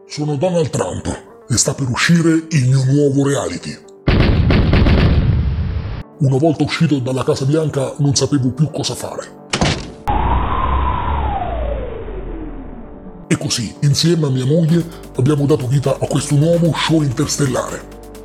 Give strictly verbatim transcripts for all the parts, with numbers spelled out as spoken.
Sono Donald Trump e sta per uscire il mio nuovo reality. Una volta uscito dalla Casa Bianca non sapevo più cosa fare. E così, insieme a mia moglie, abbiamo dato vita a questo nuovo show interstellare.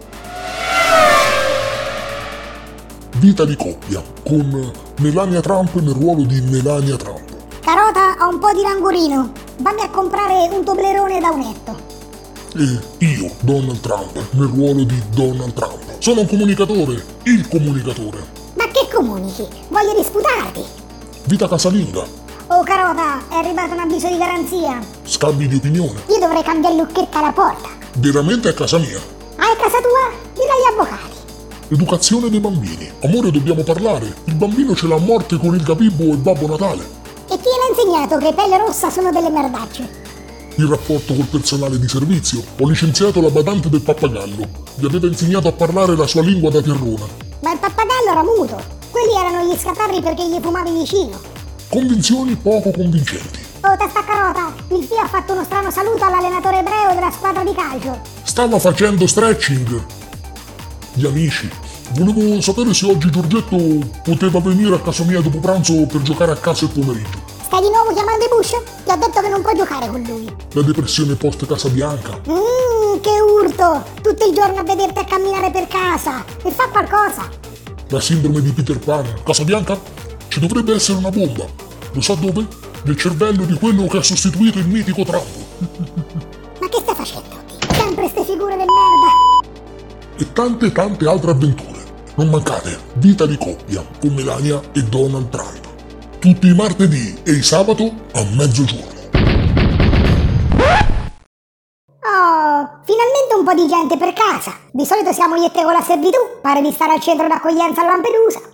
Vita di coppia, con Melania Trump nel ruolo di Melania Trump. Carota, ho un po' di languorino. Vammi a comprare un toblerone da unetto. E io, Donald Trump, nel ruolo di Donald Trump. Sono un comunicatore, il comunicatore. Ma che comunichi? Voglio disputarti. Vita casalinga. Oh Carota, è arrivato un avviso di garanzia. Scambi di opinione. Io dovrei cambiare lucchetta alla porta. Veramente è casa mia. Ah, è casa tua? Dillo agli avvocati. Educazione dei bambini. Amore, dobbiamo parlare. Il bambino ce l'ha a morte con il Gabibbo e Babbo Natale. E chi l'ha insegnato che pelle rossa sono delle merdacce? Il rapporto col personale di servizio. Ho licenziato la badante del pappagallo. Gli aveva insegnato a parlare la sua lingua da terrona. Ma il pappagallo era muto. Quelli erano gli scatarri perché gli fumavi vicino. Convinzioni poco convincenti. Oh, testa carota, il Fio ha fatto uno strano saluto all'allenatore ebreo della squadra di calcio. Stava facendo stretching. Gli amici. Volevo sapere se oggi Giorgetto poteva venire a casa mia dopo pranzo per giocare a calcio il pomeriggio. Stai di nuovo chiamando i Bush? Ti ho detto che non puoi giocare con lui. La depressione post Casa Bianca. Mmm, che urto! Tutto il giorno a vederti a camminare per casa. E fa qualcosa. La sindrome di Peter Pan. Casa Bianca? Ci dovrebbe essere una bomba. Lo sa dove? Nel cervello di quello che ha sostituito il mitico Trump. Ma che stai facendo? Sempre ste figure del merda. E tante tante altre avventure. Non mancate, Vita di coppia con Melania e Donald Trump. Tutti i martedì e il sabato a mezzogiorno. Oh, finalmente un po' di gente per casa. Di solito siamo io e te con la servitù. Pare di stare al centro d'accoglienza a Lampedusa.